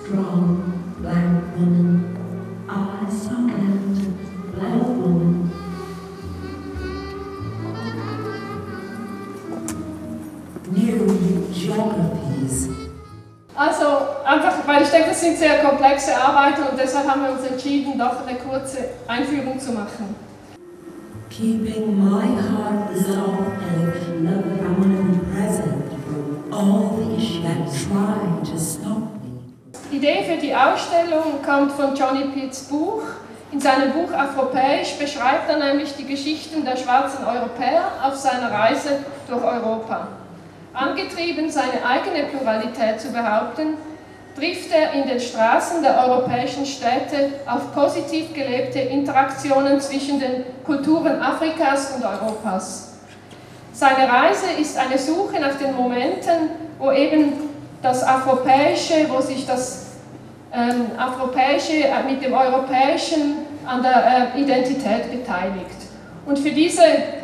strong black woman, I silent black woman. New geographies. Also einfach, weil ich denke, das sind sehr komplexe Arbeiten und deshalb haben wir uns entschieden, doch eine kurze Einführung zu machen. Keeping my heart resolved and love permanent present from all the issues that try to stop me. Die Idee für die Ausstellung kommt von Johnny Pitts Buch. In seinem Buch Afropäisch beschreibt er nämlich die Geschichten der schwarzen Europäer auf seiner Reise durch Europa. Angetrieben, seine eigene Pluralität zu behaupten, trifft er in den Straßen der europäischen Städte auf positiv gelebte Interaktionen zwischen den Kulturen Afrikas und Europas. Seine Reise ist eine Suche nach den Momenten, wo eben das Afropäische, wo sich das Afropäische mit dem Europäischen an der Identität beteiligt. Und für diese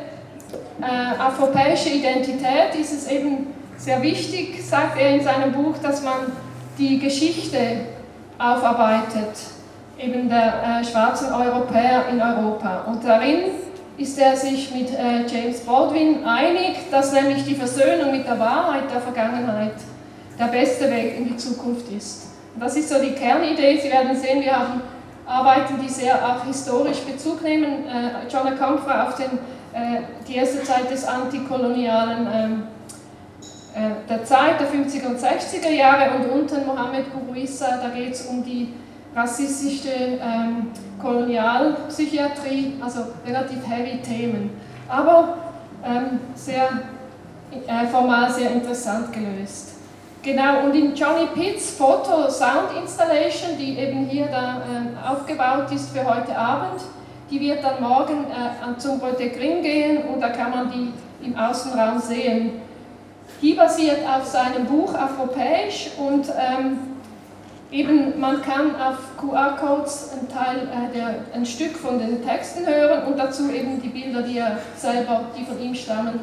afropäische Identität ist es eben sehr wichtig, sagt er in seinem Buch, dass man die Geschichte aufarbeitet, eben der schwarzen Europäer in Europa. Und darin ist er sich mit James Baldwin einig, dass nämlich die Versöhnung mit der Wahrheit der Vergangenheit der beste Weg in die Zukunft ist. Und das ist so die Kernidee. Sie werden sehen, wir haben Arbeiten, die sehr auch historisch Bezug nehmen. John Akomfrah auf die erste Zeit des antikolonialen der Zeit der 50er und 60er Jahre und unten Mohamed Gourouissa, da geht es um die rassistische Kolonialpsychiatrie, also relativ heavy Themen, aber sehr formal sehr interessant gelöst. Genau, und in Johnny Pitts Foto-Sound-Installation, die eben hier da aufgebaut ist für heute Abend, die wird dann morgen zum Bröttegrim gehen und da kann man die im Außenraum sehen. Die basiert auf seinem Buch Afropäisch und eben man kann auf QR-Codes ein Stück von den Texten hören und dazu eben die Bilder, die von ihm stammen,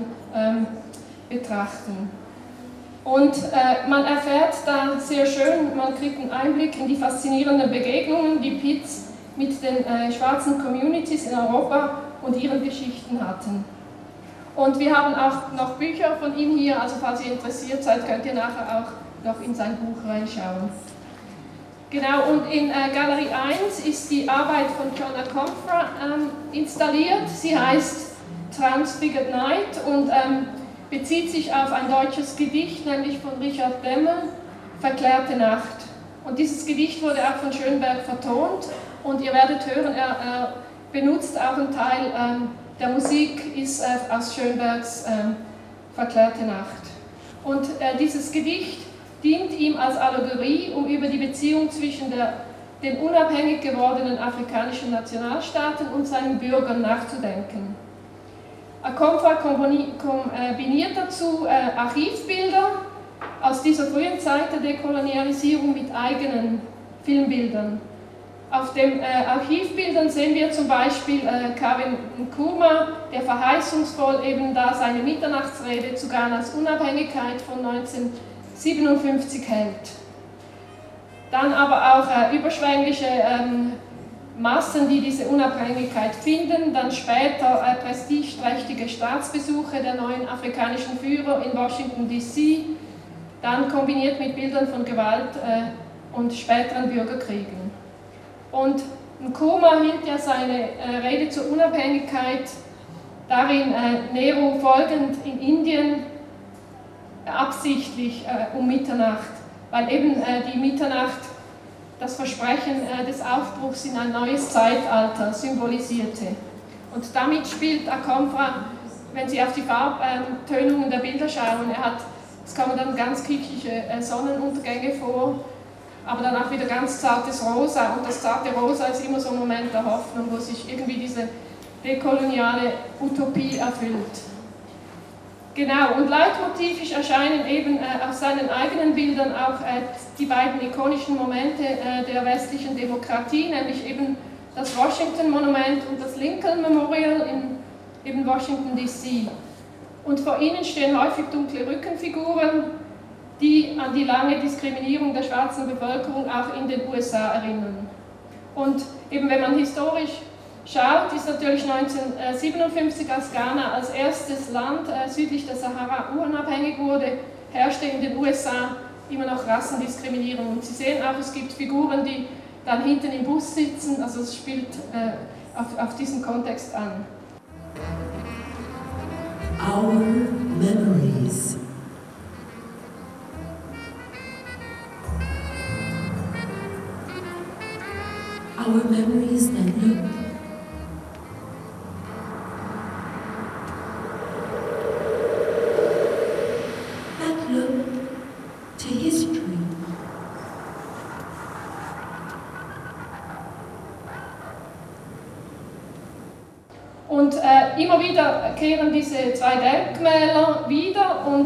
betrachten. Und man erfährt da sehr schön, man kriegt einen Einblick in die faszinierenden Begegnungen, die Pitts mit den schwarzen Communities in Europa und ihren Geschichten hatten. Und wir haben auch noch Bücher von ihm hier, also falls ihr interessiert seid, könnt ihr nachher auch noch in sein Buch reinschauen. Genau, und in Galerie 1 ist die Arbeit von John Akomfrah installiert. Sie heißt Transfigured Night und bezieht sich auf ein deutsches Gedicht, nämlich von Richard Demmel, Verklärte Nacht. Und dieses Gedicht wurde auch von Schönberg vertont und ihr werdet hören, er benutzt auch einen Teil der Musik ist aus Schönbergs Verklärte Nacht. Und dieses Gedicht dient ihm als Allegorie, um über die Beziehung zwischen den unabhängig gewordenen afrikanischen Nationalstaaten und seinen Bürgern nachzudenken. Akomfrah kombiniert dazu Archivbilder aus dieser frühen Zeit der Dekolonialisierung mit eigenen Filmbildern. Auf den Archivbildern sehen wir zum Beispiel Kwame Nkrumah, der verheißungsvoll eben da seine Mitternachtsrede zu Ghanas Unabhängigkeit von 1957 hält. Dann aber auch überschwängliche Massen, die diese Unabhängigkeit finden, dann später prestigeträchtige Staatsbesuche der neuen afrikanischen Führer in Washington DC, dann kombiniert mit Bildern von Gewalt und späteren Bürgerkriegen. Und Nkrumah hielt ja seine Rede zur Unabhängigkeit darin Nehru folgend in Indien absichtlich um Mitternacht, weil eben die Mitternacht das Versprechen des Aufbruchs in ein neues Zeitalter symbolisierte. Und damit spielt Akomfrah, wenn Sie auf die Farbtönungen der Bilder schauen, es kommen dann ganz kitschige Sonnenuntergänge vor, aber dann auch wieder ganz zartes Rosa. Und das zarte Rosa ist immer so ein Moment der Hoffnung, wo sich irgendwie diese dekoloniale Utopie erfüllt. Genau, und leitmotivisch erscheinen eben auf seinen eigenen Bildern auch die beiden ikonischen Momente der westlichen Demokratie, nämlich eben das Washington-Monument und das Lincoln Memorial in eben Washington DC. Und vor ihnen stehen häufig dunkle Rückenfiguren, die an die lange Diskriminierung der schwarzen Bevölkerung auch in den USA erinnern. Und eben wenn man historisch schaut, ist natürlich 1957, als Ghana als erstes Land südlich der Sahara unabhängig wurde, herrschte in den USA immer noch Rassendiskriminierung. Und Sie sehen auch, es gibt Figuren, die dann hinten im Bus sitzen, also es spielt auf diesen Kontext an. Our memories. Our memories that look to history. Und immer wieder kehren diese zwei Denkmäler wieder und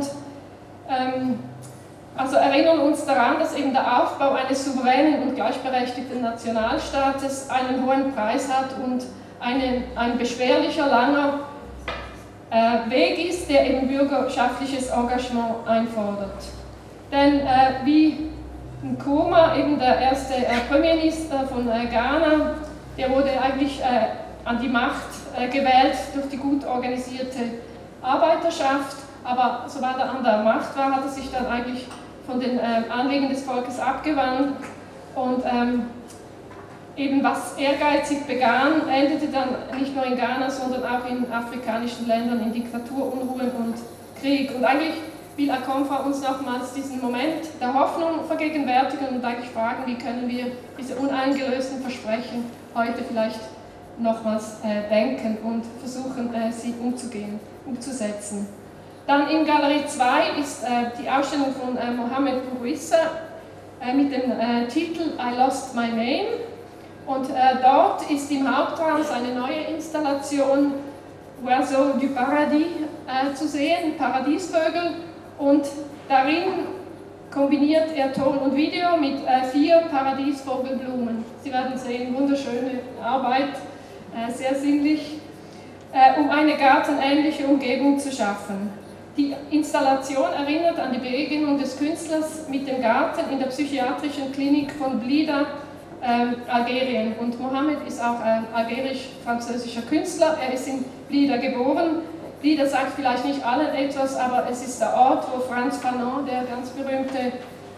also erinnern uns daran, dass eben der Aufbau eines souveränen und gleichberechtigten Nationalstaates einen hohen Preis hat und ein beschwerlicher, langer Weg ist, der eben bürgerschaftliches Engagement einfordert. Denn wie Nkrumah, eben der erste Premierminister von Ghana, der wurde eigentlich an die Macht gewählt durch die gut organisierte Arbeiterschaft, aber sobald er an der Macht war, hat er sich dann eigentlich von den Anliegen des Volkes abgewandt und eben was ehrgeizig begann, endete dann nicht nur in Ghana, sondern auch in afrikanischen Ländern in Diktaturunruhen und Krieg. Und eigentlich will Akomfa uns nochmals diesen Moment der Hoffnung vergegenwärtigen und eigentlich fragen, wie können wir diese uneingelösten Versprechen heute vielleicht nochmals denken und versuchen, sie umzusetzen. Dann in Galerie 2 ist die Ausstellung von Mohamed Bouissa mit dem Titel I Lost My Name. Und dort ist im Hauptraum seine neue Installation Oiseaux du Paradis zu sehen, Paradiesvögel. Und darin kombiniert er Ton und Video mit 4 Paradiesvogelblumen. Sie werden sehen, wunderschöne Arbeit, sehr sinnlich, um eine gartenähnliche Umgebung zu schaffen. Die Installation erinnert an die Begegnung des Künstlers mit dem Garten in der psychiatrischen Klinik von Blida, Algerien. Und Mohamed ist auch algerisch-französischer Künstler. Er ist in Blida geboren. Blida sagt vielleicht nicht allen etwas, aber es ist der Ort, wo Frantz Fanon, der ganz berühmte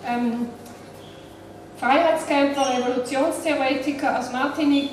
Freiheitskämpfer, Revolutionstheoretiker aus Martinique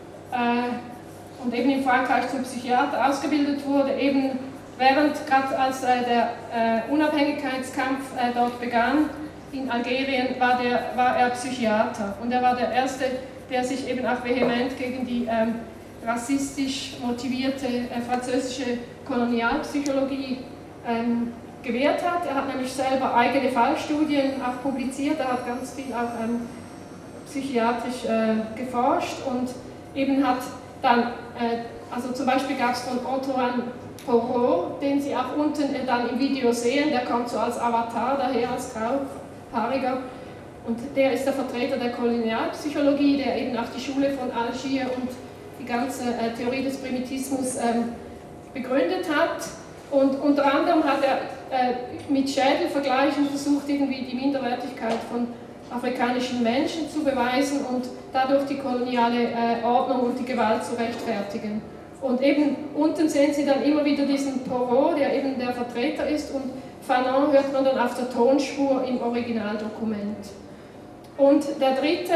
und eben in Frankreich zum Psychiater ausgebildet wurde, eben gerade als der Unabhängigkeitskampf dort begann, in Algerien war er Psychiater und er war der Erste, der sich eben auch vehement gegen die rassistisch motivierte französische Kolonialpsychologie gewehrt hat. Er hat nämlich selber eigene Fallstudien auch publiziert, er hat ganz viel auch psychiatrisch geforscht und eben hat dann, also zum Beispiel gab es von Antoine Porot, den Sie auch unten dann im Video sehen, der kommt so als Avatar daher, als Grauhaariger. Und der ist der Vertreter der Kolonialpsychologie, der eben auch die Schule von Algier und die ganze Theorie des Primitismus begründet hat. Und unter anderem hat er mit Schädelvergleichen versucht, irgendwie die Minderwertigkeit von afrikanischen Menschen zu beweisen und dadurch die koloniale Ordnung und die Gewalt zu rechtfertigen. Und eben unten sehen Sie dann immer wieder diesen Porot, der eben der Vertreter ist, und Fanon hört man dann auf der Tonspur im Originaldokument. Und der dritte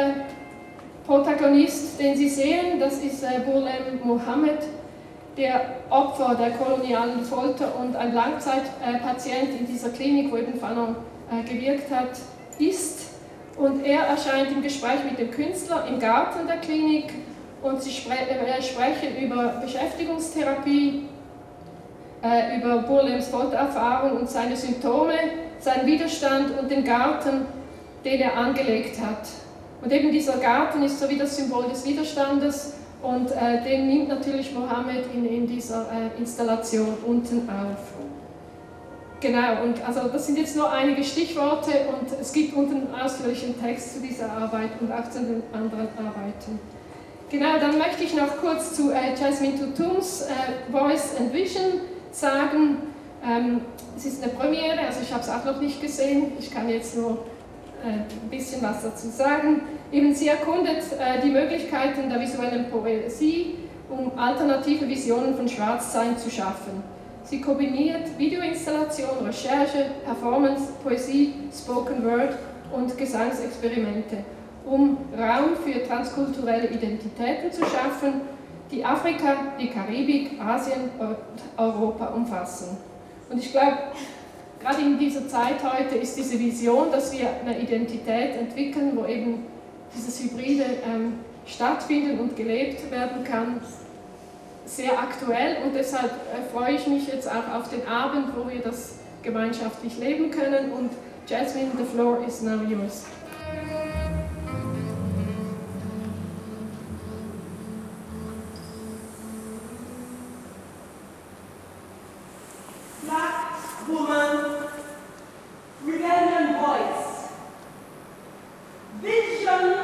Protagonist, den Sie sehen, das ist Bourlem Mohamed, der Opfer der kolonialen Folter und ein Langzeitpatient in dieser Klinik, wo eben Fanon gewirkt hat, ist. Und er erscheint im Gespräch mit dem Künstler im Garten der Klinik und sie sprechen über Beschäftigungstherapie, über Bourlems Foltererfahrung und seine Symptome, seinen Widerstand und den Garten, den er angelegt hat. Und eben dieser Garten ist so wie das Symbol des Widerstandes und den nimmt natürlich Mohamed in dieser Installation unten auf. Genau, und also das sind jetzt nur einige Stichworte und es gibt unten ausführlichen Text zu dieser Arbeit und auch zu den anderen Arbeiten. Genau, dann möchte ich noch kurz zu Jasmine Toutums Voice and Vision sagen. Es ist eine Premiere, also ich habe es auch noch nicht gesehen, ich kann jetzt nur ein bisschen was dazu sagen. Eben, sie erkundet die Möglichkeiten der visuellen Poesie, um alternative Visionen von Schwarzsein zu schaffen. Sie kombiniert Videoinstallation, Recherche, Performance, Poesie, Spoken Word und Gesangsexperimente, um Raum für transkulturelle Identitäten zu schaffen, die Afrika, die Karibik, Asien und Europa umfassen. Und ich glaube, gerade in dieser Zeit heute ist diese Vision, dass wir eine Identität entwickeln, wo eben dieses Hybride stattfinden und gelebt werden kann, sehr aktuell, und deshalb freue ich mich jetzt auch auf den Abend, wo wir das gemeinschaftlich leben können, und Jasmine, the floor is now yours. Black woman, rebellion voice, vision,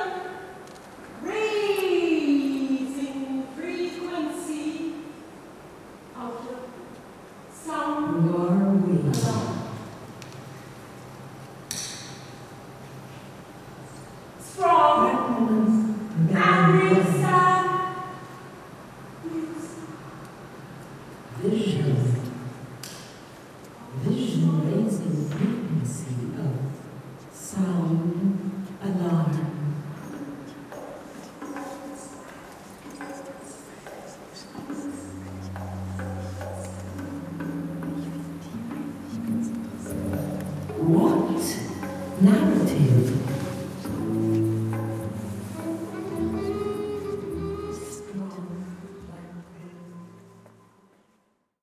raising frequency of the sound. You are we. Strong and sad. Vision. Vision raising frequency of sound alarm. What narrative